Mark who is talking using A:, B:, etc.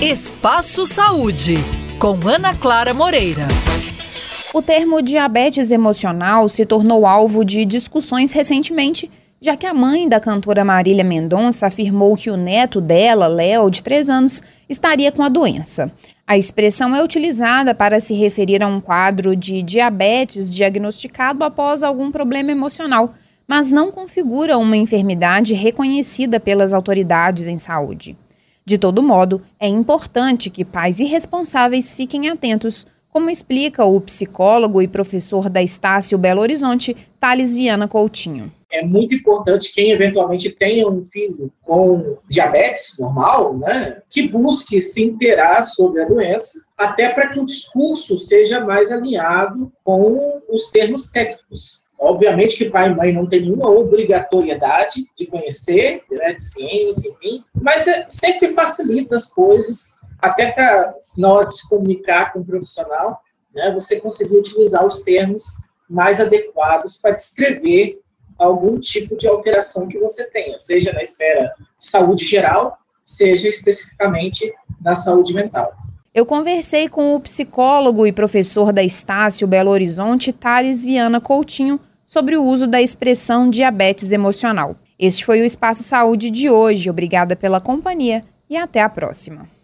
A: Espaço Saúde, com Ana Clara Moreira.
B: O termo diabetes emocional se tornou alvo de discussões recentemente, já que a mãe da cantora Marília Mendonça afirmou que o neto dela, Léo, de 3 anos, estaria com a doença. A expressão é utilizada para se referir a um quadro de diabetes diagnosticado após algum problema emocional, mas não configura uma enfermidade reconhecida pelas autoridades em saúde. De todo modo, é importante que pais irresponsáveis fiquem atentos, como explica o psicólogo e professor da Estácio Belo Horizonte, Thales Viana Coutinho.
C: É muito importante quem eventualmente tenha um filho com diabetes normal, que busque se inteirar sobre a doença, até para que o discurso seja mais alinhado com os termos técnicos. Obviamente que pai e mãe não tem nenhuma obrigatoriedade de conhecer, de ciência, enfim, mas sempre facilita as coisas, até para, na hora de se comunicar com o profissional, você conseguir utilizar os termos mais adequados para descrever algum tipo de alteração que você tenha, seja na esfera de saúde geral, seja especificamente na saúde mental.
B: Eu conversei com o psicólogo e professor da Estácio Belo Horizonte, Thales Viana Coutinho, sobre o uso da expressão diabetes emocional. Este foi o Espaço Saúde de hoje. Obrigada pela companhia e até a próxima.